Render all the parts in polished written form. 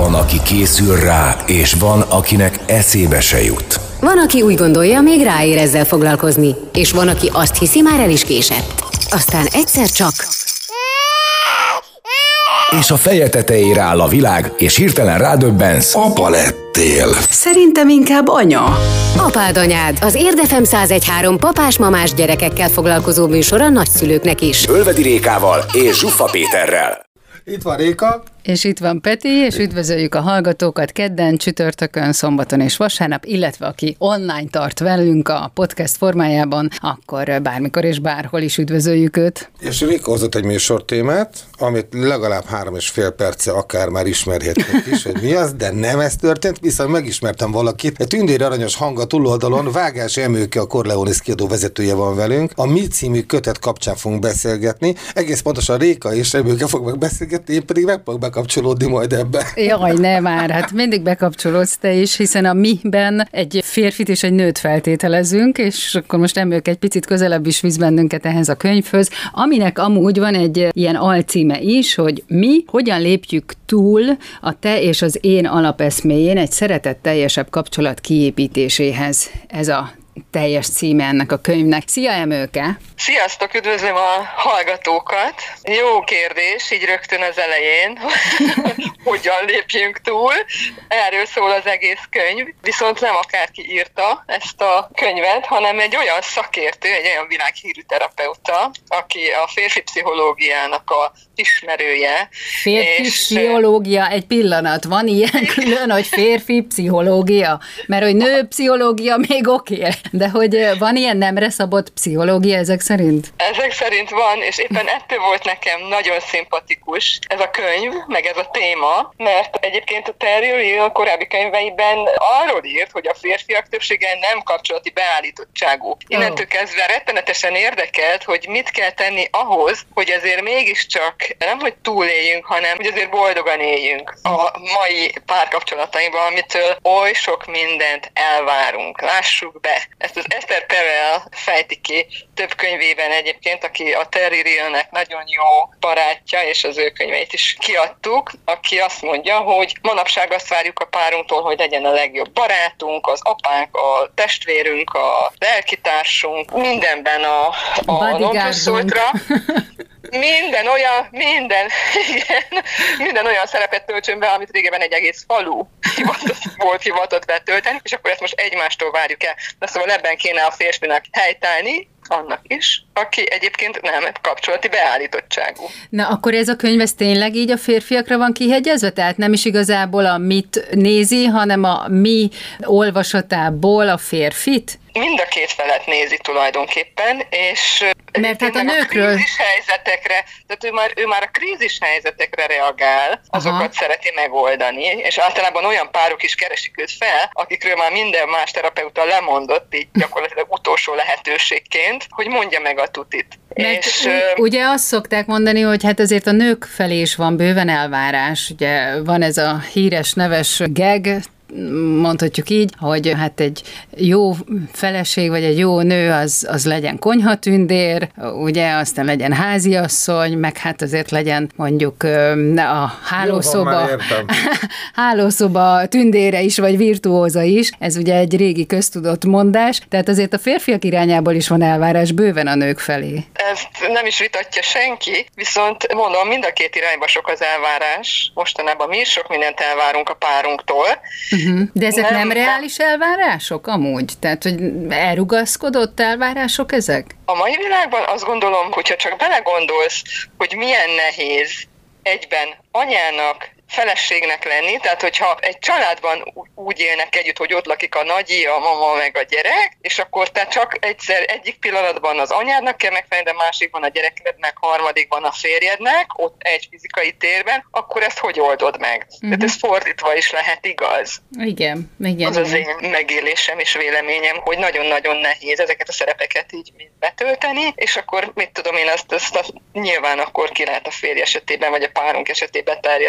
Van, aki készül rá, és van, akinek eszébe se jut. Van, aki úgy gondolja, még ráér ezzel foglalkozni, és van, aki azt hiszi, már el is késett. Aztán egyszer csak... És a feje tetejére áll a világ, és hirtelen rádöbbensz. Apa lettél. Szerintem inkább anya. Apád anyád, az Érdefem 101.3 papás-mamás gyerekekkel foglalkozó műsor a nagyszülőknek is. Ölvedi Rékával és Zsuffa Péterrel. Itt van Réka. És itt van Peti, és üdvözöljük a hallgatókat kedden, csütörtökön, szombaton és vasárnap, illetve aki online tart velünk a podcast formájában, akkor bármikor és bárhol is üdvözöljük őt. És Réka hozott egy műsortémát, amit legalább 3,5 perce akár már ismerhetnék is, hogy mi az, de nem ez történt, viszont megismertem valakit. Egy tündéri aranyos hang a túloldalon, Vágási Emőke, a Corleonis kiadó vezetője van velünk. A Mi című kötet kapcsán fogunk beszélgetni. Egész pontosan Réka és Emőke fog meg beszélgetni, én pedig meg fogok bekapcsolódni majd ebbe. Jaj, ne már, hát mindig bekapcsolódsz te is, hiszen a miben egy férfit és egy nőt feltételezünk, és akkor most Emőke egy picit közelebb is visz bennünket ehhez a könyvhöz, aminek amúgy van egy ilyen alcíme is, hogy mi hogyan lépjük túl a te és az én alapeszméjén egy szeretetteljesebb kapcsolat kiépítéséhez. Ez a teljes címe ennek a könyvnek. Szia, Emőke! Sziasztok, üdvözlöm a hallgatókat! Jó kérdés, így rögtön az elején, hogyan lépjünk túl. Erről szól az egész könyv, viszont nem akárki írta ezt a könyvet, hanem egy olyan szakértő, egy olyan világhírű terapeuta, aki a férfi pszichológiának a ismerője. Férfi pszichológia, egy pillanat, van ilyen külön, hogy férfi pszichológia? Mert hogy nő pszichológia még oké, de hogy van ilyen nemre szabott pszichológia ezek szerint? Ezek szerint van, és éppen ettől volt nekem nagyon szimpatikus ez a könyv, meg ez a téma, mert egyébként a Terry Real a korábbi könyveiben arról írt, hogy a férfiak többsége nem kapcsolati beállítottságú. Innentől kezdve rettenetesen érdekelt, hogy mit kell tenni ahhoz, hogy azért mégiscsak nem, hogy túléljünk, hanem hogy azért boldogan éljünk a mai párkapcsolatainkban, amitől oly sok mindent elvárunk. Lássuk be. Ezt az Esther Perel fejti ki több könyvében egyébként, aki a Terry Realnek nagyon jó barátja, és az ő könyveit is kiadtuk, aki azt mondja, hogy manapság azt várjuk a párunktól, hogy legyen a legjobb barátunk, az apánk, a testvérünk, a lelkitársunk, mindenben a non-plus-ultra. Minden olyan szerepet töltsön be, amit régebben egy egész falu volt hivatott betölteni, és akkor ezt most egymástól várjuk el. De szóval ebben kéne a férfinak helytállni, annak is, aki egyébként nem kapcsolati beállítottságú. Na, akkor ez a könyv, ez tényleg így a férfiakra van kihegyezve? Tehát nem is igazából a mit nézi, hanem a mi olvasatából a férfit? Mind a két felet nézi tulajdonképpen, és mert hát a nőkről... a krízis helyzetekre, tehát ő már a krízis helyzetekre reagál, azokat szereti megoldani, és általában olyan párok is keresik őt fel, akikről már minden más terapeuta lemondott, így gyakorlatilag utolsó lehetőségként, hogy mondja meg a tutit. Mert ugye azt szokták mondani, hogy hát azért a nők felé is van bőven elvárás, ugye van ez a híres neves gag, mondhatjuk így, hogy hát egy jó feleség, vagy egy jó nő, az legyen konyhatündér, ugye, aztán legyen háziasszony, meg hát azért legyen mondjuk a hálószoba tündére is, vagy virtuóza is. Ez ugye egy régi köztudott mondás, tehát azért a férfiak irányából is van elvárás bőven a nők felé. Ezt nem is vitatja senki, viszont mondom, mind a két irányba sok az elvárás. Mostanában mi is sok mindent elvárunk a párunktól. De ezek nem reális elvárások amúgy? Tehát, hogy elrugaszkodott elvárások ezek? A mai világban azt gondolom, hogyha csak belegondolsz, hogy milyen nehéz egyben anyának, feleségnek lenni, tehát hogyha egy családban úgy élnek együtt, hogy ott lakik a nagyi, a mama meg a gyerek, és akkor te csak egyik pillanatban az anyádnak kell megfelelni, de másikban a gyerekednek, harmadikban a férjednek, ott egy fizikai térben, akkor ezt hogy oldod meg? Tehát ez fordítva is lehet igaz. Igen. Az én megélésem és véleményem, hogy nagyon-nagyon nehéz ezeket a szerepeket így betölteni, és akkor mit tudom én, azt nyilván akkor ki lehet a férj esetében, vagy a párunk esetében terjeszteni arra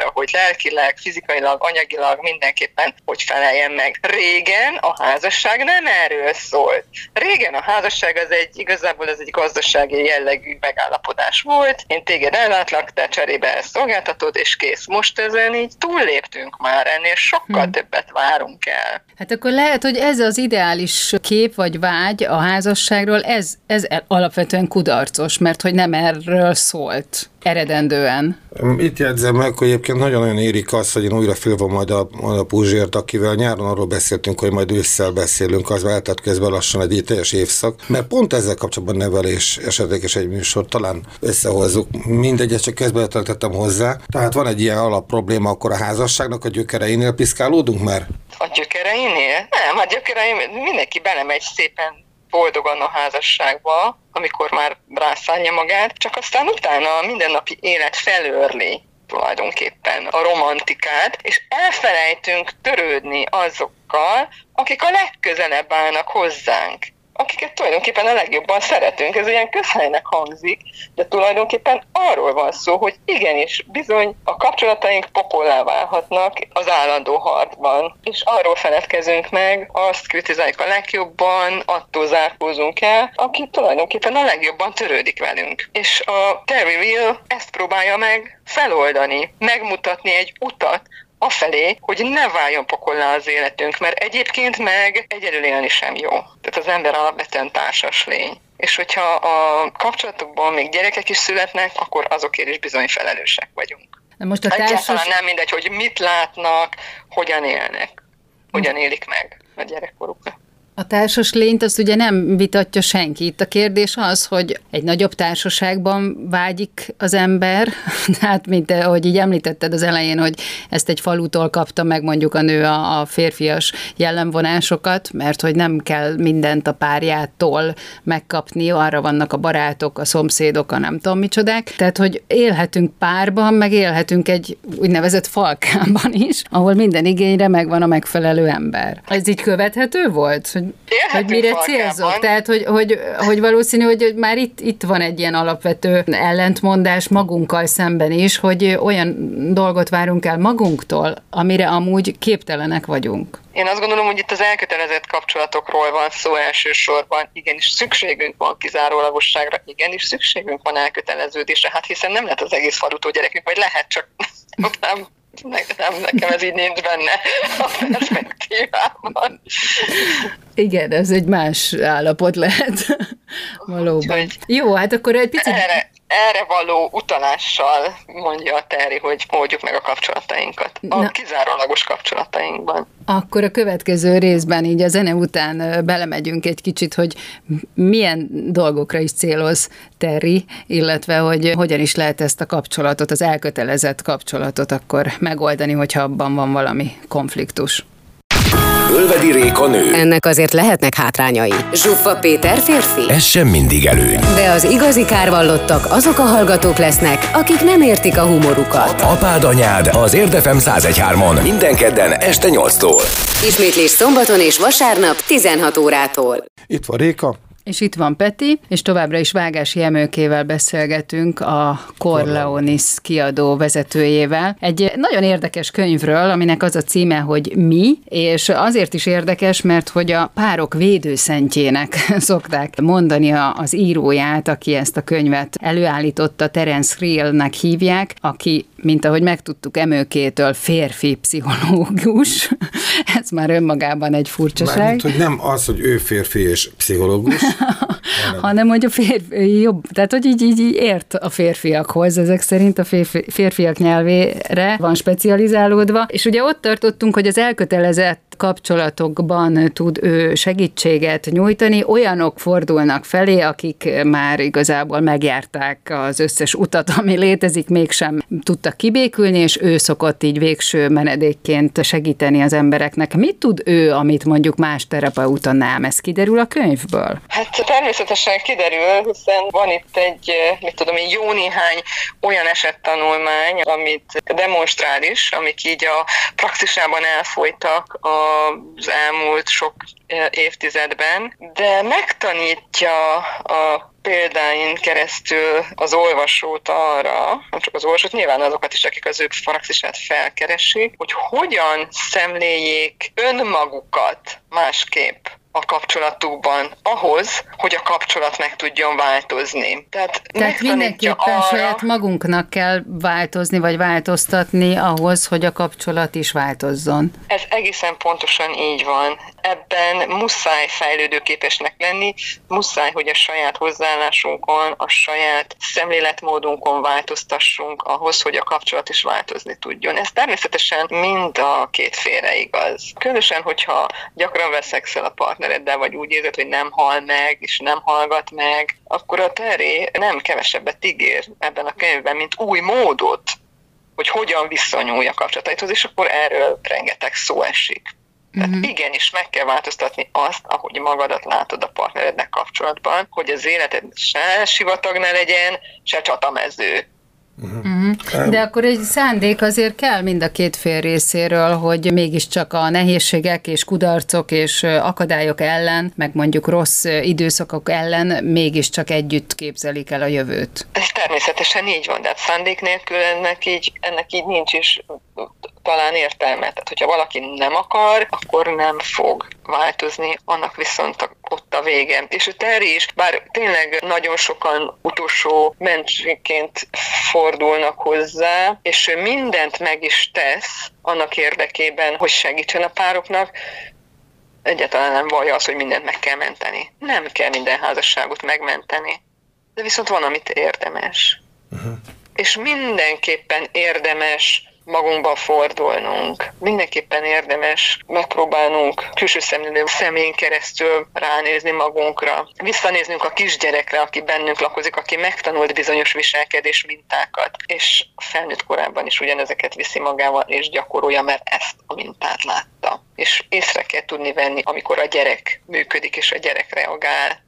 arra, hogy lelkileg, fizikailag, anyagilag mindenképpen hogy feleljen meg. Régen a házasság nem erről szólt. Régen a házasság igazából ez egy gazdasági jellegű megállapodás volt. Én téged ellátlak, te cserébe szolgáltatod, és kész. Most ezen így túlléptünk már, ennél sokkal többet várunk el. Hát akkor lehet, hogy ez az ideális kép vagy vágy a házasságról, ez alapvetően kudarcos, mert hogy nem erről szólt eredendően. Itt jegyzem meg, hogy egyébként nagyon érik azt, hogy én újra fölvom majd a Puzsért, akivel nyáron arról beszéltünk, hogy majd ősszel beszélünk, az eltelt közben lassan egy teljes évszak, mert pont ezzel kapcsolatban nevelés esetleges egy műsor, talán összehozzuk. Mindegyet csak közben töltöttem hozzá. Tehát van egy ilyen alapprobléma, akkor a házasságnak a gyökereinél piszkálódunk már? A gyökereinél? Nem, a gyökereinél mindenki belemegy szépen boldogan a házasságba, amikor már rászánja magát, csak aztán utána a mindennapi élet felőrli tulajdonképpen a romantikát, és elfelejtünk törődni azokkal, akik a legközelebb állnak hozzánk, akiket tulajdonképpen a legjobban szeretünk. Ez ilyen közhelynek hangzik, de tulajdonképpen arról van szó, hogy igenis bizony a kapcsolataink pokollá válhatnak az állandó harcban. És arról feledkezünk meg, azt kritizáljuk a legjobban, attól zárkózunk el, aki tulajdonképpen a legjobban törődik velünk. És a Terry Real ezt próbálja meg feloldani, megmutatni egy utat afelé, hogy ne váljon pokollá az életünk, mert egyébként meg egyedül élni sem jó. Tehát az ember alapvetően társas lény. És hogyha a kapcsolatokban még gyerekek is születnek, akkor azokért is bizony felelősek vagyunk. Na most a egyáltalán nem mindegy, hogy mit látnak, hogyan élnek, hogyan élik meg a gyerekkoruknak. A társas lényt azt ugye nem vitatja senki. Itt a kérdés az, hogy egy nagyobb társaságban vágyik az ember, hát mint ahogy így említetted az elején, hogy ezt egy falutól kapta meg mondjuk a nő a férfias jellemvonásokat, mert hogy nem kell mindent a párjától megkapni, arra vannak a barátok, a szomszédok, a nem tudom micsodák. Tehát, hogy élhetünk párban, meg élhetünk egy úgynevezett falkában is, ahol minden igényre megvan a megfelelő ember. Ez így követhető volt? Hogy mire célzok? Tehát, hogy valószínű, hogy már itt van egy ilyen alapvető ellentmondás magunkkal szemben is, hogy olyan dolgot várunk el magunktól, amire amúgy képtelenek vagyunk. Én azt gondolom, hogy itt az elkötelezett kapcsolatokról van szó elsősorban. Igenis szükségünk van kizárólagosságra, igenis szükségünk van elköteleződésre, hát hiszen nem lehet az egész falutó gyerekünk, vagy lehet, csak nem. Nekem ez így nincs benne a perspektívában. Igen, ez egy más állapot lehet valóban. Jó, hát akkor egy picit... Erre való utalással mondja a Terry, hogy oldjuk meg a kapcsolatainkat. A kizárólagos kapcsolatainkban. Akkor a következő részben így a zene után belemegyünk egy kicsit, hogy milyen dolgokra is céloz Terry, illetve hogy hogyan is lehet ezt a kapcsolatot, az elkötelezett kapcsolatot akkor megoldani, hogyha abban van valami konfliktus. Ölvedi Réka nő. Ennek azért lehetnek hátrányai. Zsuffa Péter férfi. Ez sem mindig előny. De az igazi kárvallottak azok a hallgatók lesznek, akik nem értik a humorukat. Apád anyád az Érdefem 101.3-on minden kedden este 8-tól. Ismétlés szombaton és vasárnap 16 órától. Itt van Réka. És itt van Peti, és továbbra is Vágási Emőkével beszélgetünk, a Corleonis kiadó vezetőjével. Egy nagyon érdekes könyvről, aminek az a címe, hogy Mi, és azért is érdekes, mert hogy a párok védőszentjének szokták mondani az íróját, aki ezt a könyvet előállította, Terence Real-nek hívják, aki, mint ahogy megtudtuk Emőkétől, férfi pszichológus. Ez már önmagában egy furcsaság. Mármint, hogy nem az, hogy ő férfi és pszichológus, hanem hogy a férfi jobb, tehát hogy így ért a férfiakhoz, ezek szerint a férfiak nyelvére van specializálódva, és ugye ott tartottunk, hogy az elkötelezett kapcsolatokban tud ő segítséget nyújtani, olyanok fordulnak felé, akik már igazából megjárták az összes utat, ami létezik, mégsem tudtak kibékülni, és ő szokott így végső menedékként segíteni az embereknek. Mit tud ő, amit mondjuk más terapeuta nem? Ez kiderül a könyvből? Hát természetesen kiderül, hiszen van itt egy, jó néhány olyan esettanulmány, amit demonstrál is, amik így a praxisában elfolytak az elmúlt sok évtizedben, de megtanítja a példáin keresztül az olvasót arra, nem csak az olvasót, nyilván azokat is, akik az ő praxisát felkeresik, hogy hogyan szemléljék önmagukat másképp a kapcsolatukban ahhoz, hogy a kapcsolat meg tudjon változni. Tehát mindenképpen saját magunknak kell változni, vagy változtatni ahhoz, hogy a kapcsolat is változzon. Ez egészen pontosan így van. Ebben muszáj fejlődőképesnek lenni, muszáj, hogy a saját hozzáállásunkon, a saját szemléletmódunkon változtassunk ahhoz, hogy a kapcsolat is változni tudjon. Ez természetesen mind a két félre igaz. Különösen, hogyha gyakran veszekszel a partnereddel, vagy úgy érzed, hogy nem hall meg, és nem hallgat meg, akkor a Terry nem kevesebbet ígér ebben a könyvben, mint új módot, hogy hogyan viszonyulj a kapcsolataidhoz, és akkor erről rengeteg szó esik. Tehát igenis meg kell változtatni azt, ahogy magadat látod a partnerednek kapcsolatban, hogy az életed se sivatag ne legyen, se csatamező. De akkor egy szándék azért kell mind a két fél részéről, hogy mégiscsak a nehézségek és kudarcok és akadályok ellen, meg mondjuk rossz időszakok ellen mégiscsak együtt képzelik el a jövőt. Ez természetesen így van, de hát szándék nélkül ennek így nincs is talán értelme. Tehát, hogyha valaki nem akar, akkor nem fog változni, annak viszont ott a vége. És a Terry is, bár tényleg nagyon sokan utolsó mentségként fordulnak hozzá, és ő mindent meg is tesz annak érdekében, hogy segítsen a pároknak, egyáltalán nem vallja azt, hogy mindent meg kell menteni. Nem kell minden házasságot megmenteni, de viszont van, amit érdemes. És mindenképpen érdemes magunkba fordulnunk. Mindenképpen érdemes megpróbálnunk külső szemlélő szemén keresztül ránézni magunkra. Visszanéznünk a kisgyerekre, aki bennünk lakozik, aki megtanult bizonyos viselkedés mintákat, és felnőtt korában is ugyanezeket viszi magával, és gyakorolja, mert ezt a mintát látta. És észre kell tudni venni, amikor a gyerek működik, és a gyerek reagál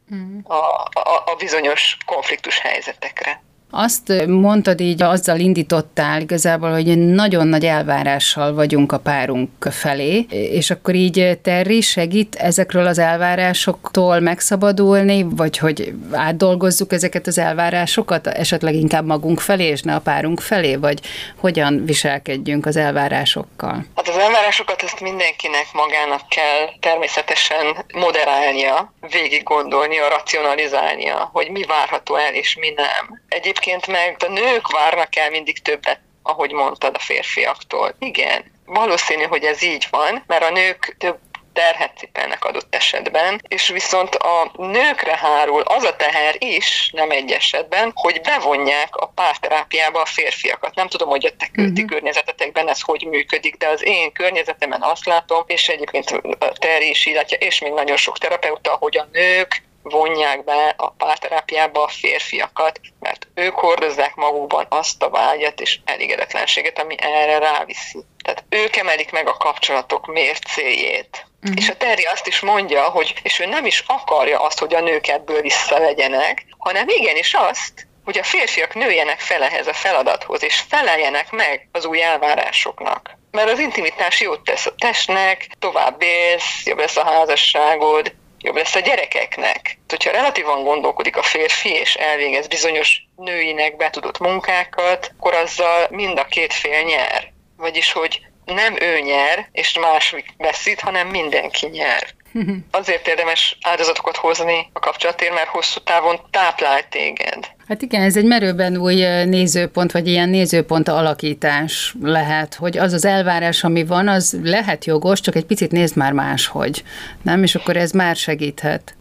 a bizonyos konfliktus helyzetekre. Azt mondtad így, azzal indítottál igazából, hogy nagyon nagy elvárással vagyunk a párunk felé, és akkor így Terry segít ezekről az elvárásoktól megszabadulni, vagy hogy átdolgozzuk ezeket az elvárásokat, esetleg inkább magunk felé, és ne a párunk felé, vagy hogyan viselkedjünk az elvárásokkal? Hát az elvárásokat ezt mindenkinek magának kell természetesen moderálnia, végig gondolnia, racionalizálnia, hogy mi várható el, és mi nem. Egyébként meg a nők várnak el mindig többet, ahogy mondtad, a férfiaktól. Igen, valószínű, hogy ez így van, mert a nők több terhet cipelnek adott esetben, és viszont a nőkre hárul az a teher is, nem egy esetben, hogy bevonják a párterápiába a férfiakat. Nem tudom, hogy a te környezetetekben ez hogy működik, de az én környezetemen azt látom, és egyébként a Terry is így látja, és még nagyon sok terapeuta, hogy a nők vonják be a párterápiába a férfiakat, mert ők hordozzák magukban azt a vágyat és elégedetlenséget, ami erre ráviszi. Tehát ők emelik meg a kapcsolatok mércéjét. És a Terry azt is mondja, hogy és ő nem is akarja azt, hogy a nők ebből visszavegyenek, hanem igenis azt, hogy a férfiak nőjenek fel ehhez a feladathoz, és feleljenek meg az új elvárásoknak. Mert az intimitás jót tesz a testnek, tovább élsz, jobb lesz a házasságod, jobb lesz a gyerekeknek. Hogyha relatívan gondolkodik a férfi, és elvégez bizonyos nőinek betudott munkákat, akkor azzal mind a két fél nyer. Vagyis, hogy nem ő nyer, és másik veszít, hanem mindenki nyer. Azért érdemes áldozatokat hozni a kapcsolatért, mert hosszú távon táplál téged. Hát igen, ez egy merőben új nézőpont, vagy ilyen nézőpont alakítás lehet, hogy az az elvárás, ami van, az lehet jogos, csak egy picit nézd már máshogy, nem? És akkor ez már segíthet.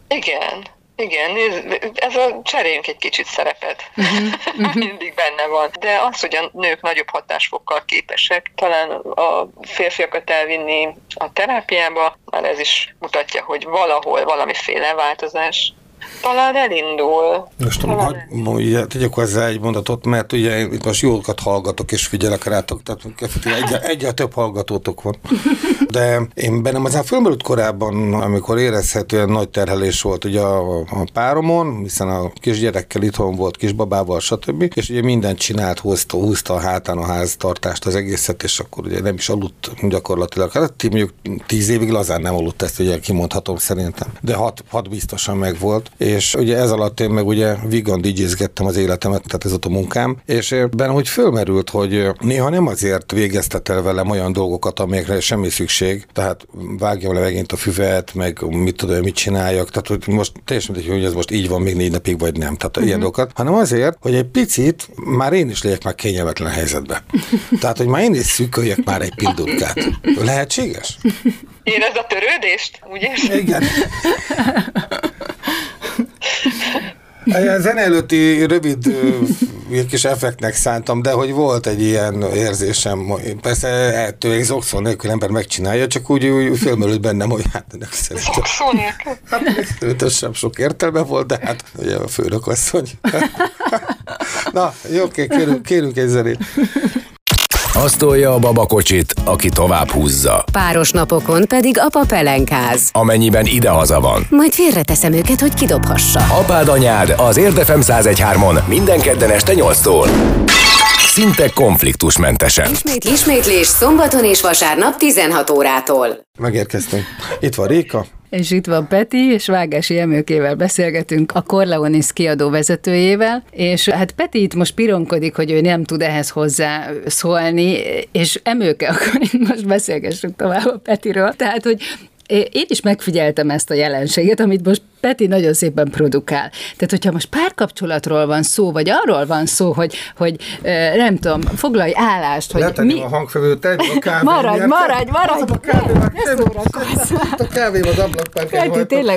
Igen, ez a cseréljünk egy kicsit szerepet. Mindig benne van. De az, hogy a nők nagyobb hatásfokkal képesek, talán a férfiakat elvinni a terápiába, már ez is mutatja, hogy valahol valamiféle változás talán elindul. Most hogy tegyek hozzá egy mondatot, mert ugye itt most jókat hallgatok és figyelek rátok, tehát egyre több hallgatótok van. De én bennem aztán fölmerült korábban, amikor érezhetően nagy terhelés volt ugye a páromon, hiszen a kisgyerekkel itthon volt, kisbabával, stb. És ugye mindent csinált, húzta a hátán a háztartást, az egészet, és akkor ugye nem is aludt gyakorlatilag. Hát mondjuk 10 évig lazán nem aludt, ezt ugye kimondhatom szerintem. De 6 biztosan meg volt. és ugye ez alatt én meg ugye vegan DJ-zgettem az életemet, tehát ez ott a munkám, és benne hogy fölmerült, hogy néha nem azért végeztetel velem olyan dolgokat, amelyekre semmi szükség, tehát vágjam le megint a füvet, meg mit tudom, mit csináljak, tehát hogy most teljesen mindegy, hogy ez most így van még 4 napig, vagy nem, tehát ilyen dolgokat, hanem azért, hogy egy picit már én is legyek már kényelmetlen helyzetbe. Tehát, hogy már én is szűköljek már egy pindutkát. Lehetséges? Érezd a törődést? Úgy érzed? Igen. A zene előtti rövid kis effektnek szántam, de hogy volt egy ilyen érzésem, persze ettől egy zokszó nélkül ember megcsinálja, csak úgy fölmerült bennem, hogy hát ennek szerintem sem sok értelme volt, de hát ugye a főnökasszony. Na, jó, kérünk egy zenét. Azt tolja a babakocsit, aki tovább húzza. Páros napokon pedig apa pelenkáz. Amennyiben idehaza van. Majd félreteszem őket, hogy kidobhassa. Apád anyád az Érdefem 101.3-on minden kedden este 8-tól. Szinte konfliktusmentesen. Ismétlés szombaton és vasárnap 16 órától. Megérkeztünk. Itt van Réka. És itt van Peti, és Vágási Emőkével beszélgetünk, a Corleonis kiadó vezetőjével, és hát Peti itt most pironkodik, hogy ő nem tud ehhez hozzá szólni, és Emőke, akkor itt most beszélgessünk tovább a Petiről. Tehát, hogy én is megfigyeltem ezt a jelenséget, amit most Peti nagyon szépen produkál. Tehát, hogyha most párkapcsolatról van szó, vagy arról van szó, hogy nem tudom, foglalj állást, hogy letenném a hangfelvőt, egy a kávé. Maradj! Ne szórakozz! A kávém az ablakpárkán Peti, tényleg.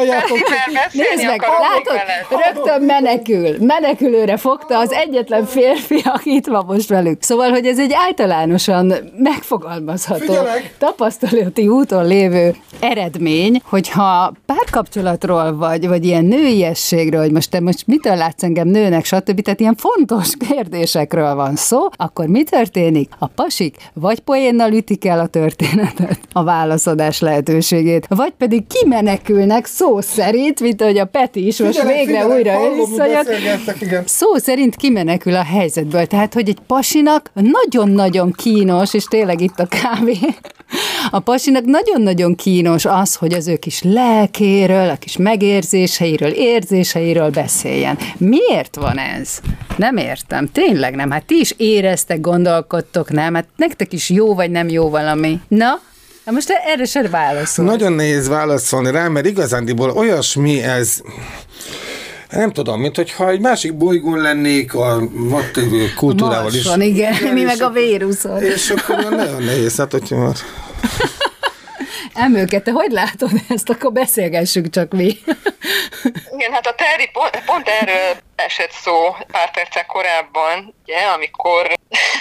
Nézd meg, látod, rögtön menekülőre fogta az egyetlen férfi, aki itt van most velük. Szóval, hogy ez egy általánosan megfogalmazható, tapasztalati úton lévő eredmény, hogyha párkapcsolatról vagy ilyen nőiességről, hogy most te mitől látsz engem nőnek, stb. Tehát ilyen fontos kérdésekről van szó, akkor mi történik? A pasik vagy poénnal ütik el a történetet, a válaszadás lehetőségét, vagy pedig kimenekülnek szó szerint, mint ahogy a Peti is most végre újra visszajött. Szó szerint kimenekül a helyzetből. Tehát, hogy egy pasinak nagyon-nagyon kínos, és tényleg itt a kávé, a pasinak nagyon-nagyon kínos az, hogy az ő kis lelkéről, a kis megérzéseiről, érzéseiről beszéljen. Miért van ez? Nem értem, tényleg nem. Hát ti is éreztek, gondolkodtok, nem? Hát nektek is jó vagy nem jó valami. Na? Most erre se válaszol. Nagyon nehéz válaszolni rá, mert igazándiból olyasmi ez... Nem tudom, mint hogyha egy másik bolygón lennék a kultúrával is. Marson, igen, mi meg a véruszon. És akkor nagyon nehéz, hát hogyha... Emőke, te hogy látod ezt? Akkor beszélgessünk csak mi. Igen, hát a Terry pont erről esett szó pár perccel korábban, ugye, amikor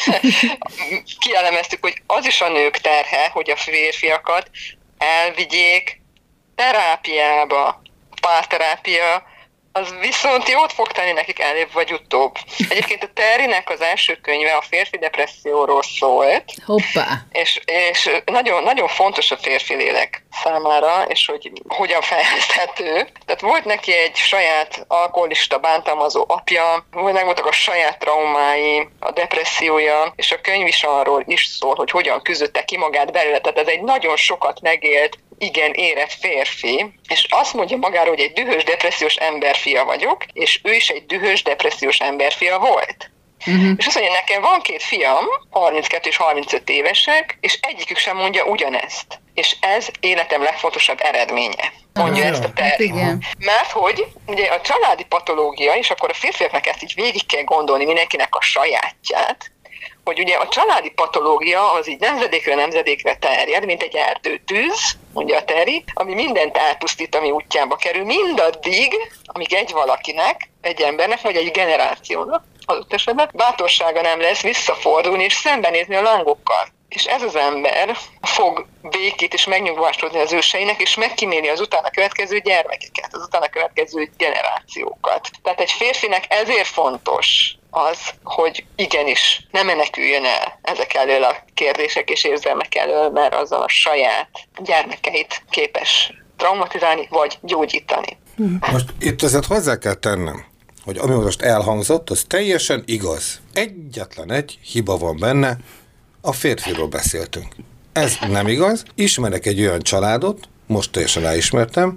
kielemeztük, hogy az is a nők terhe, hogy a férfiakat elvigyék terápiába. Párterápia az viszont jót fog tenni nekik előbb vagy utóbb. Egyébként a Terrynek az első könyve a férfi depresszióról szólt. Hoppá! És nagyon, nagyon fontos a férfi lélek számára, és hogy hogyan fejleszthető. Tehát volt neki egy saját alkoholista, bántalmazó apja, megvoltak a saját traumái, a depressziója, és a könyv is arról is szól, hogy hogyan küzdötte ki magát belőle. Tehát ez egy nagyon sokat megélt, igen érett férfi, és azt mondja magáról, hogy egy dühös, depressziós emberfia vagyok, és ő is egy dühös, depressziós emberfia volt. Uh-huh. És azt mondja, nekem van 2 fiam, 32 és 35 évesek, és egyikük sem mondja ugyanezt. És ez életem legfontosabb eredménye. Mondja ezt a Terry. Mert hogy ugye a családi patológia, és akkor a férfiaknak ezt így végig kell gondolni, mindenkinek a sajátját, hogy ugye a családi patológia az így nemzedékre terjed, mint egy erdőtűz, mondja a Terry, ami mindent elpusztít, ami útjába kerül, mindaddig, amíg egy valakinek, egy embernek, vagy egy generációnak, adott esetben bátorsága nem lesz visszafordulni és szembenézni a lángokkal. És ez az ember fog békét és megnyugvást hozni az őseinek, és megkíméli az utána következő gyermekeket, az utána következő generációkat. Tehát egy férfinek ezért fontos az, hogy igenis ne meneküljön el ezek elől a kérdések és érzelmek elől, mert azzal a saját gyermekeit képes traumatizálni vagy gyógyítani. Most itt azért hozzá kell tennem, hogy ami most elhangzott, az teljesen igaz. Egyetlen egy hiba van benne, a férfiról beszéltünk. Ez nem igaz. Ismerek egy olyan családot, most teljesen ráismertem,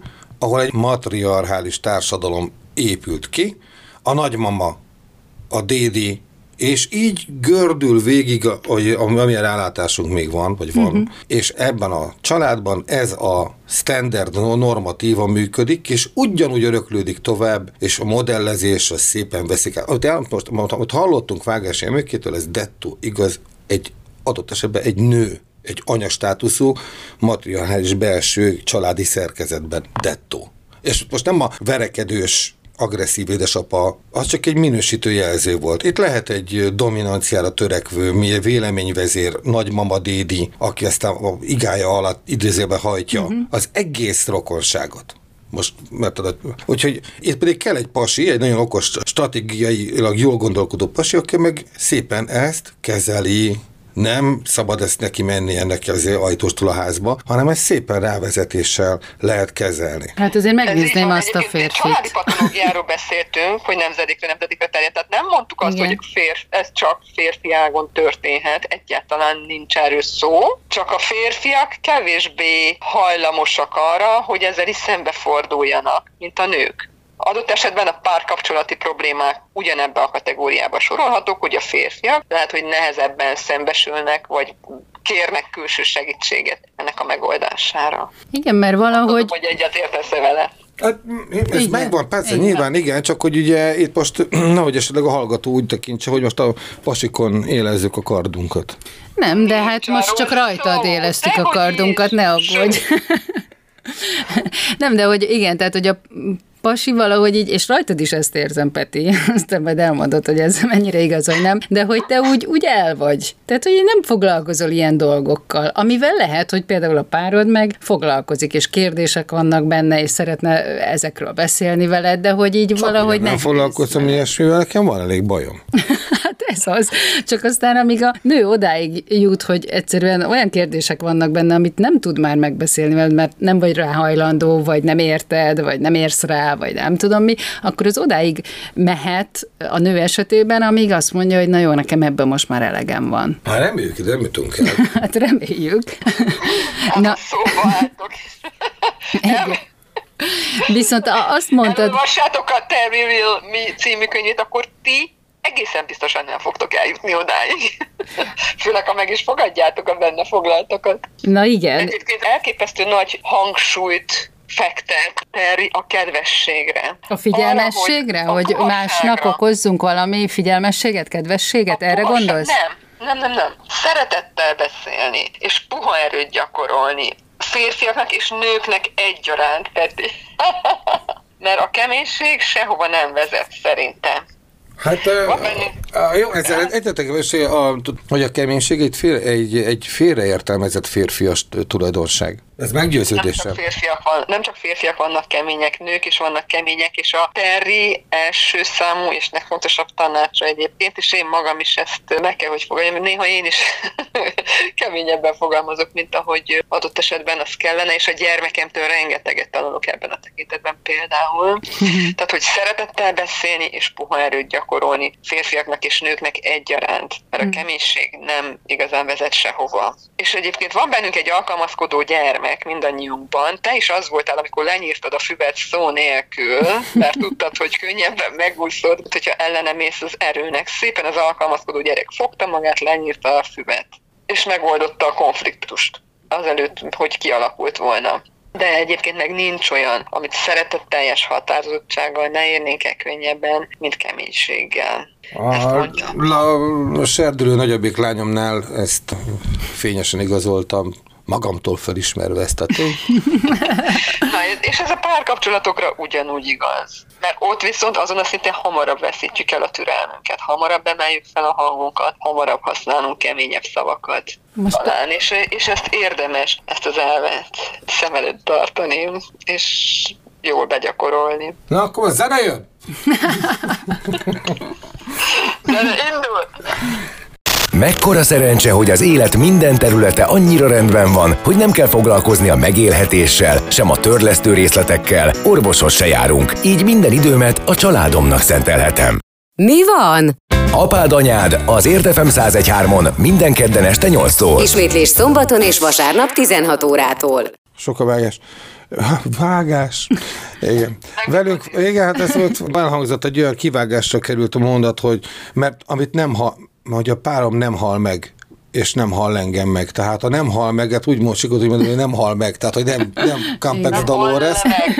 ahol egy matriarchális társadalom épült ki, a nagymama, a dédi, és így gördül végig, amilyen rálátásunk még van, vagy van, és ebben a családban ez a standard normatíva működik, és ugyanúgy öröklődik tovább, és a modellezés az szépen veszik el. Most hallottunk Vágási Emőkétől, ez dettó igaz, egy adott esetben egy nő, egy anyastátuszú, matriarchális belső családi szerkezetben dettó. És most nem a verekedős agresszív édesapa, az csak egy minősítő jelző volt. Itt lehet egy dominanciára törekvő, véleményvezér, nagymama dédi, aki aztán a igája alatt idézőbe hajtja az egész rokonságot. Most, mert úgyhogy itt pedig kell egy pasi, egy nagyon okos, stratégiailag jól gondolkodó pasi, aki meg szépen ezt kezeli. Nem szabad ezt neki menni ennek az ajtóstól a házba, hanem ezt szépen rávezetéssel lehet kezelni. Hát azért megnézném azt a férfit. Családi patológiáról beszéltünk, hogy nemzedékre terjed. Tehát nem mondtuk azt, igen, hogy ez csak férfi ágon történhet, egyáltalán nincs erről szó, csak a férfiak kevésbé hajlamosak arra, hogy ezzel is szembeforduljanak, mint a nők. Adott esetben a párkapcsolati problémák ugyanebbe a kategóriába sorolhatók, hogy a férfiak lehet, hogy nehezebben szembesülnek, vagy kérnek külső segítséget ennek a megoldására. Igen, mert valahogy... Tudom, hogy egyet értesz-e vele. Hát, ez igen, megvan, persze, igen. Nyilván igen, csak hogy ugye itt most, nehogy esetleg a hallgató úgy tekintse, hogy most a pasikon élezzük a kardunkat. Nem, de hát most csak rajtad éleztük a kardunkat, ne aggódj. Nem, de hogy igen, tehát hogy a pasi valahogy így, és rajtad is ezt érzem, Peti, aztán majd elmondod, hogy ez mennyire igaz, vagy nem, de hogy te úgy el vagy. Tehát, hogy nem foglalkozol ilyen dolgokkal, amivel lehet, hogy például a párod meg foglalkozik, és kérdések vannak benne, és szeretne ezekről beszélni veled, de hogy így csak valahogy nem foglalkozom ilyesmivel, nekem van elég bajom. Hát ez az. Csak aztán, amíg a nő odáig jut, hogy egyszerűen olyan kérdések vannak benne, amit nem tud már megbeszélni veled, mert nem vagy rá hajlandó, vagy nem érted, vagy nem érsz rá, vagy nem tudom mi, akkor az odáig mehet a nő esetében, amíg azt mondja, hogy na jó, nekem ebből most már elegem van. Hát reméljük, de nem jutunk el. Hát reméljük. Na, szóval álltok. Viszont azt mondtad... Elolvassátok a Terry Real Me című könyvét, akkor ti egészen biztosan nem fogtok eljutni odáig. Főleg, ha meg is fogadjátok a benne foglaltakat. Na igen. Egyébként elképesztő nagy hangsúlyt fektet Terry a kedvességre. A figyelmességre? Arra, hogy másnak okozzunk valami figyelmességet, kedvességet? Erre gondolsz? Nem. Szeretettel beszélni, és puha erőt gyakorolni. Férfiaknak és nőknek egyaránt, Peti. Mert a keménység sehova nem vezet, szerintem. Hát jó, ezzel egyetek, hogy a keménység egy félreértelmezett férfias tulajdonság. Ez meggyőződésem. Nem csak férfiak vannak kemények, nők is vannak kemények, és a Terry első számú és legfontosabb tanácsa egyébként, és én magam is ezt meg kell, hogy fogadjam, néha én is keményebben fogalmazok, mint ahogy adott esetben az kellene, és a gyermekemtől rengeteget tanulok ebben a tekintetben például. Tehát, hogy szeretettel beszélni és puha erőt gyakorolni férfiaknak és nőknek egyaránt, mert a keménység nem igazán vezet sehova. És egyébként van bennünk egy alkalmazkodó gyermek mindannyiunkban. Te is az voltál, amikor lenyírtad a füvet szó nélkül, mert tudtad, hogy könnyebben megúszod, hogyha ellenem mész az erőnek. Szépen az alkalmazkodó gyerek fogta magát, lenyírta a füvet, és megoldotta a konfliktust azelőtt, hogy kialakult volna. De egyébként meg nincs olyan, amit szeretetteljes határozottsággal ne érnénk el könnyebben, mint keménységgel. A serdülő nagyobbik lányomnál ezt fényesen igazoltam, magamtól felismerve ezt a tényt. És ez a párkapcsolatokra ugyanúgy igaz. Mert ott viszont azon a szinten hamarabb veszítjük el a türelmünket, hamarabb emeljük fel a hangunkat, hamarabb használunk keményebb szavakat. Talán, és ezt érdemes, ezt az elvet szem előtt tartani, és jól begyakorolni. Na akkor a zene jön! Zene indul! Mekkora szerencse, hogy az élet minden területe annyira rendben van, hogy nem kell foglalkozni a megélhetéssel, sem a törlesztő részletekkel, orvoshoz se járunk, így minden időmet a családomnak szentelhetem. Mi van? Apád anyád az Érd FM 101.3-on minden kedden este 8-tól. Ismétlés szombaton és vasárnap 16 órától. Sok a vágás. Vágás. Igen. Velünk, igen, hát ez volt, elhangzott egy olyan kivágásra került a mondat, hogy mert amit hogy a párom nem hal meg, és nem hall engem meg. Tehát ha nem hal meg, hát úgy mosikod, hogy nem hal meg. Tehát, hogy nem Campex Dolores.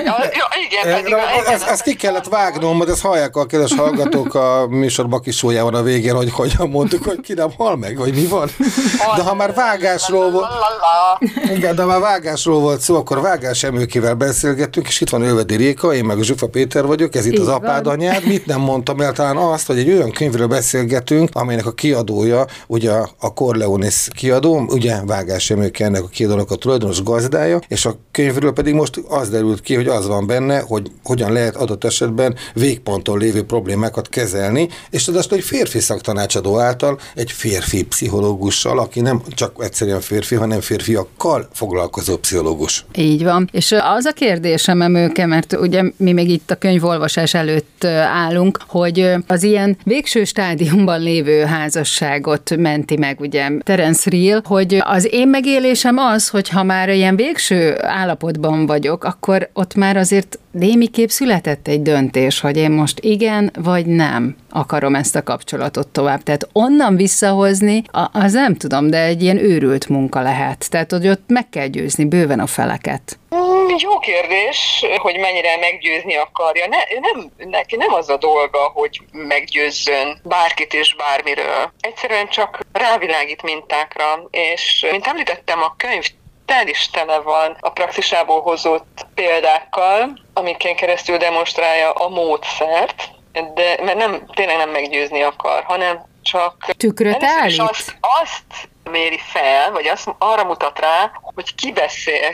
Azt ki kellett vágnom, mert ezt hallják a kedves hallgatók a műsor bakisójában a végén, hogy hogyan mondtuk, hogy ki nem hal meg, vagy mi van. De ha már vágásról volt, igen, de már vágásról volt szó, akkor Vágás Emőkével beszélgettünk, és itt van Ölvedi Réka, én meg Zsufa Péter vagyok, ez itt az Apád anyád. Mit nem mondtam el, talán azt, hogy egy olyan könyvről beszélgetünk, amelynek a kiadója, ugye a Corleonis kiadó, ugye Vágás Emőke ennek a kiadónak a tulajdonos gazdája, és a könyvről pedig most az derült ki, hogy az van benne, hogy hogyan lehet adott esetben végponton lévő problémákat kezelni, és az egy férfi szaktanácsadó által, egy férfi pszichológussal, aki nem csak egyszerűen férfi, hanem férfiakkal foglalkozó pszichológus. Így van. És az a kérdésem, Emőke, mert ugye mi még itt a könyvolvasás előtt állunk, hogy az ilyen végső stádiumban lévő házasságot menti meg ugye Terence Real, hogy az én megélésem az, hogy ha már ilyen végső állapotban vagyok, akkor ott már azért némiképp született egy döntés, hogy én most igen vagy nem akarom ezt a kapcsolatot tovább. Tehát onnan visszahozni, az nem tudom, de egy ilyen őrült munka lehet. Tehát, hogy ott meg kell győzni bőven a feleket. Jó kérdés, hogy mennyire meggyőzni akarja. Neki nem az a dolga, hogy meggyőzzön bárkit és bármiről. Egyszerűen csak rávilágít mintákra, és mint említettem, a könyv tele van a praxisából hozott példákkal, amiken keresztül demonstrálja a módszert, mert tényleg nem meggyőzni akar, hanem csak tükröt állít? Azt méri fel, vagy arra mutat rá, hogy ki beszél,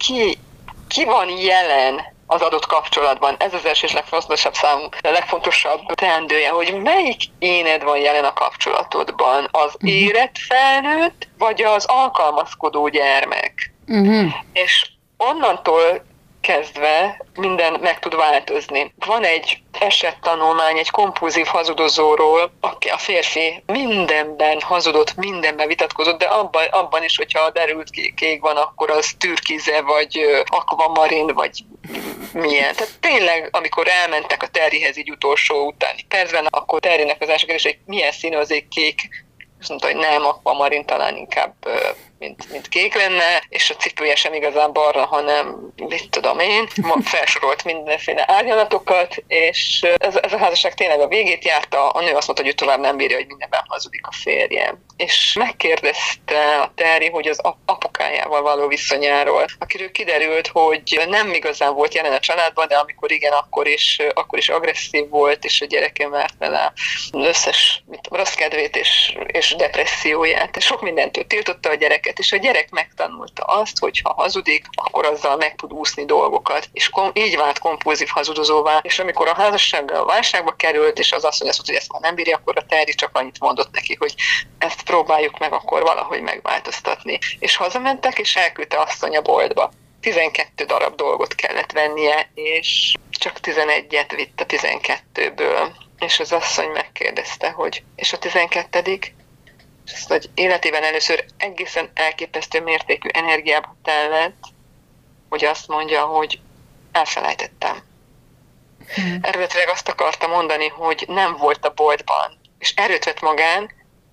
ki van jelen az adott kapcsolatban. Ez az első és legfontosabb legfontosabb teendője, hogy melyik éned van jelen a kapcsolatodban. Az érett felnőtt, vagy az alkalmazkodó gyermek. És onnantól kezdve minden meg tud változni. Van egy esettanulmány egy kompulzív hazudozóról, aki a férfi mindenben hazudott, mindenben vitatkozott, de abban is, hogyha derült kék van, akkor az türkize, vagy akvamarin, vagy milyen. Tehát tényleg, amikor elmentek a Terryhez így utolsó utáni percben, akkor Terrynek az első kérdés, hogy milyen színű az ég kék, azt mondta, hogy nem, akvamarin, talán inkább mint kék lenne, és a cipője sem igazán barna, hanem mit tudom én, felsorolt mindenféle árnyalatokat, és ez a házasság tényleg a végét járta, a nő azt mondta, hogy ő tovább nem bírja, hogy mindenben hazudik a férje. És megkérdezte a Terry, hogy az apukájával való viszonyáról, akiről kiderült, hogy nem igazán volt jelen a családban, de amikor igen, akkor is agresszív volt, és a gyereke várt vele az összes rossz kedvét és depresszióját, és sok mindentől tiltotta a gyereket, és a gyerek megtanulta azt, hogy ha hazudik, akkor azzal meg tud úszni dolgokat, és így vált kompulzív hazudozóvá, és amikor a házassággal válságba került, és az asszony azt mondta, hogy ezt már nem bírja, akkor a Terry csak annyit mondott neki, hogy ezt próbáljuk meg akkor valahogy megváltoztatni. És hazamentek, és elküldte asszony a boltba. 12 darab dolgot kellett vennie, és csak 11-et vitt a 12-ből. És az asszony megkérdezte, hogy és a 12. És azt, hogy életében először egészen elképesztő mértékű energiába tellett, hogy azt mondja, hogy elfelejtettem. Eredetileg azt akarta mondani, hogy nem volt a boltban, és erőt vett magán,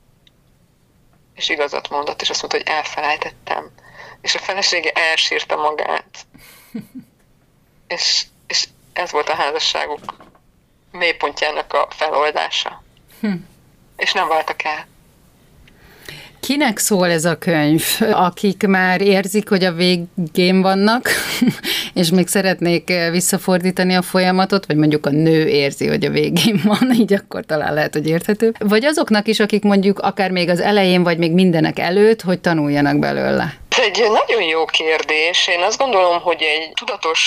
és igazat mondott, és azt mondta, hogy elfelejtettem. És a felesége elsírta magát. És ez volt a házasságuk mélypontjának a feloldása. És nem váltak el. Kinek szól ez a könyv? Akik már érzik, hogy a végén vannak, és még szeretnék visszafordítani a folyamatot, vagy mondjuk a nő érzi, hogy a végén van, így akkor talán lehet, hogy érthető. Vagy azoknak is, akik mondjuk akár még az elején, vagy még mindenek előtt, hogy tanuljanak belőle? Ez egy nagyon jó kérdés. Én azt gondolom, hogy egy tudatos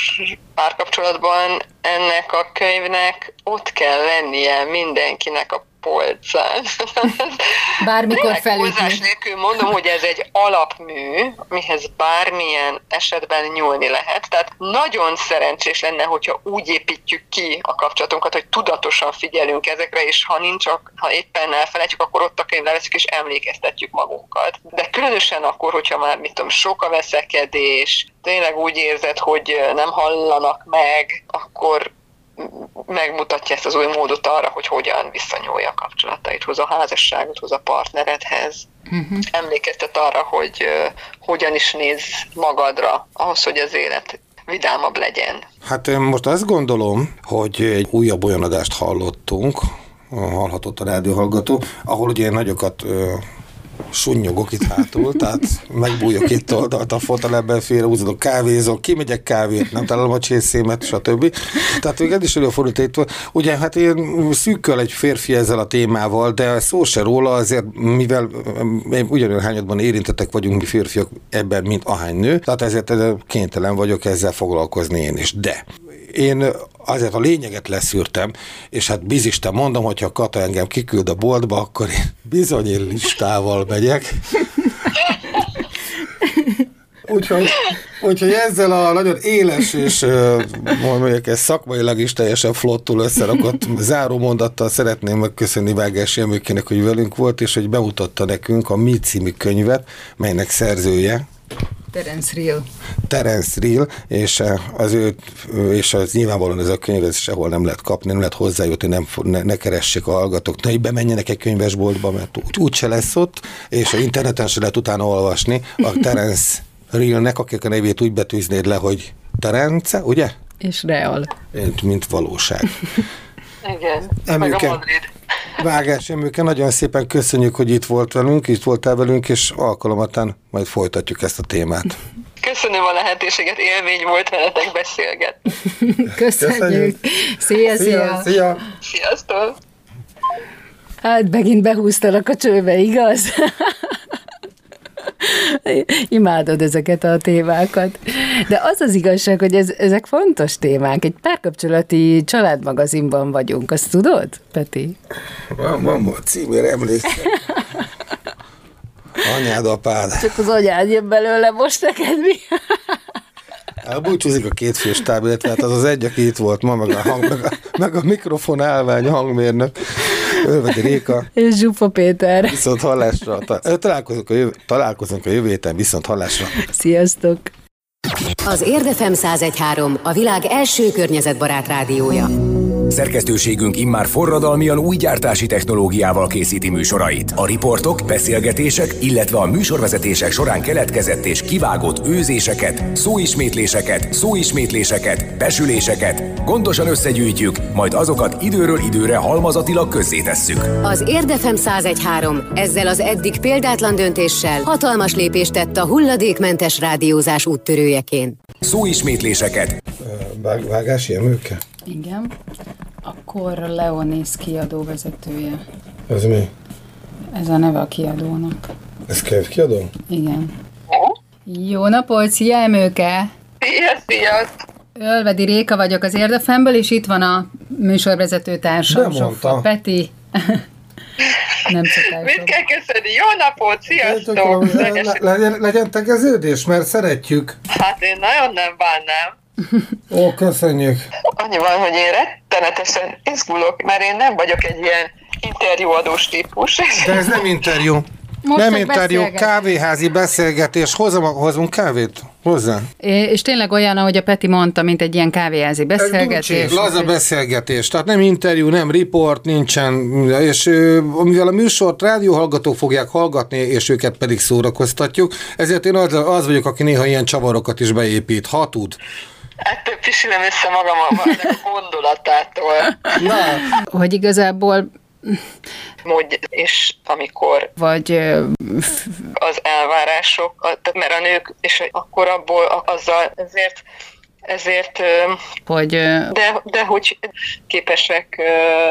párkapcsolatban ennek a könyvnek ott kell lennie mindenkinek a polcán. Bármikor felütni. Túlzás nélkül mondom, hogy ez egy alapmű, mihez bármilyen esetben nyúlni lehet. Tehát nagyon szerencsés lenne, hogyha úgy építjük ki a kapcsolatunkat, hogy tudatosan figyelünk ezekre, és ha éppen elfelejtjük, akkor ott a könyvre veszünk és emlékeztetjük magunkat. De különösen akkor, hogyha már, mit tudom, sok a veszekedés, tényleg úgy érzed, hogy nem hallanak meg, akkor megmutatja ezt az új módot arra, hogy hogyan viszonyulj a kapcsolataidhoz, a házasságodhoz, a partneredhez. Emlékeztet arra, hogy hogyan is néz magadra, ahhoz, hogy az élet vidámabb legyen. Hát én most azt gondolom, hogy egy újabb olyan adást hallhatott a rádióhallgató, ahol ugye nagyokat sunnyogok itt hátul, tehát megbújok itt oldalt a fotelemben, félrehúzodok, kávézok, kimegyek kávét, nem találom a csészémet, stb. Tehát még ez is előfordult itt. Ugye hát én szűkköl egy férfi ezzel a témával, de szó se róla, azért mivel ugyanolyan hányadban érintettek vagyunk mi férfiak ebben, mint ahány nő, tehát ezért kénytelen vagyok ezzel foglalkozni én is. De én azért a lényeget leszűrtem, és hát bizisten mondom, hogyha Kata engem kiküld a boltba, akkor én bizony listával megyek. Úgyhogy ezzel a nagyon éles és mondjuk ez szakmailag is teljesen flottul összerakott záró mondattal szeretném megköszönni Vágási Emőkének, hogy velünk volt, és hogy bemutatta nekünk a Mi című könyvet, melynek szerzője Terence Real, és az nyilvánvalóan ez a könyv ez sehol nem lehet kapni, nem lehet hozzájutni, ne keressék a hallgatók, ne bemenjenek egy könyvesboltba, mert úgyse lesz ott, és a interneten se lehet utána olvasni. A Terence Realnek, akik a nevét úgy betűznéd le, hogy Terence, ugye? És Real. Mint valóság. Igen, Emőke, meg a Madrid. Vágás Emőke, nagyon szépen köszönjük, hogy itt voltál velünk, és alkalomatán majd folytatjuk ezt a témát. Köszönöm a lehetőséget, élmény volt veletek beszélgetni. Köszönjük. Szia. Sziasztok! Hát megint behúztalak a csőbe, igaz? Imádod ezeket a témákat. De az az igazság, hogy ezek fontos témák. Egy párkapcsolati családmagazinban vagyunk, azt tudod, Peti? Van címére emlékszem. Anyád, apád. Csak az anyád jön belőle most neked mi? Búcsúzik a kétfős táb, illetve hát az egy, aki itt volt ma, meg a mikrofon állvány, a hangmérnök, Ölvedi Réka. És Zsufa Péter. Viszont hallásra. Találkozunk a jövő héten, viszont hallásra. Sziasztok! Az Érdefem 101.3 a világ első környezetbarát rádiója. Szerkesztőségünk immár forradalmian új gyártási technológiával készíti műsorait. A riportok, beszélgetések, illetve a műsorvezetések során keletkezett és kivágott őzéseket, szóismétléseket, besüléseket gondosan összegyűjtjük, majd azokat időről időre halmazatilag közzétesszük. Az Érdefem 101.3 ezzel az eddig példátlan döntéssel hatalmas lépést tett a hulladékmentes rádiózás úttörőjeként. Szóismétléseket. Vágási Emőke? Igen. Akkor Leonész kiadó vezetője. Ez mi? Ez a neve a kiadónak. Ez könyvkiadó? Igen. Jó napot, szia Emőke! Szia! Ölvedi Réka vagyok az Érdefemből, és itt van a műsorvezető társam, Zsuffa Peti. Nem sokáig. Mit kell köszönni? Jó napot, sziasztok! Legyen tegeződés, mert szeretjük. Hát én nagyon nem bánnám. Ó, köszönjük. Annyi van, hogy én rettenetesen izgulok, mert én nem vagyok egy ilyen interjúadós típus. De ez nem interjú. Most nem interjú, kávéházi beszélgetés. Hozunk kávét? Hozzá. És tényleg olyan, ahogy a Peti mondta, mint egy ilyen kávéházi beszélgetés. Ez laza beszélgetés, tehát nem interjú, nem riport, nincsen, és mivel a műsort rádióhallgatók fogják hallgatni, és őket pedig szórakoztatjuk, ezért én az vagyok, aki néha ilyen csavarokat is beépít, ha tud. Ettől pisilem össze magam a gondolatától. Na. Hogy igazából és amikor vagy az elvárások, mert a nők, és akkor abból azzal ezért hogy de hogy képesek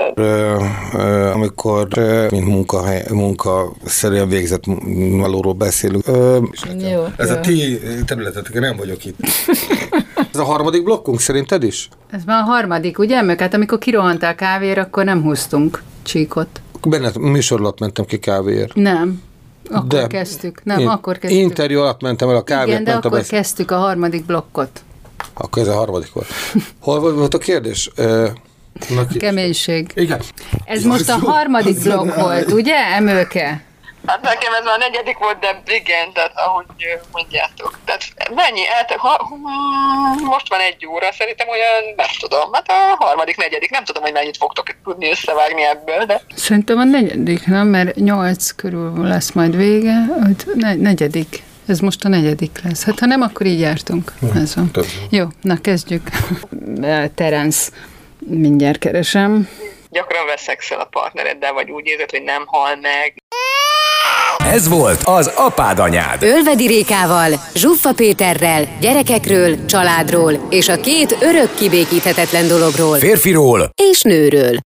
amikor mint munkaszerűen végzett valóról beszélünk. Jó, ez a ti területetek, nem vagyok itt. Ez a harmadik blokkunk szerinted is? Ez már a harmadik, ugye? Mert hát amikor kirohantál kávéra, akkor nem húztunk csíkot. Benne műsor alatt mentem ki kávéért. Nem. Akkor kezdtük. Akkor kezdtük. Interjú alatt mentem el a kávét. Igen, de akkor kezdtük a harmadik blokkot. Akkor ez a harmadik volt. Hol volt a kérdés? Keménység. Igen. Ez most a harmadik blokk volt, ugye, Emőke? Hát nekem ez már a negyedik volt, de igen, tehát ahogy mondjátok. Tehát mennyi? Most van 1 óra, szerintem olyan, nem tudom, hát a harmadik, negyedik, nem tudom, hogy mennyit fogtok tudni összevágni ebből, de... Szerintem a negyedik, nem? Mert 8 körül lesz majd vége, negyedik. Ez most a negyedik lesz. Hát ha nem, akkor így jártunk. Ez van. Jó, na kezdjük. Terence, mindjárt keresem. Gyakran veszekszel a partnereddel, vagy úgy érzed, hogy nem hal meg. Ez volt az Apád Anyád. Ölvedi Rékával, Zsuffa Péterrel, gyerekekről, családról és a 2 örök kibékíthetetlen dologról. Férfiról És nőről.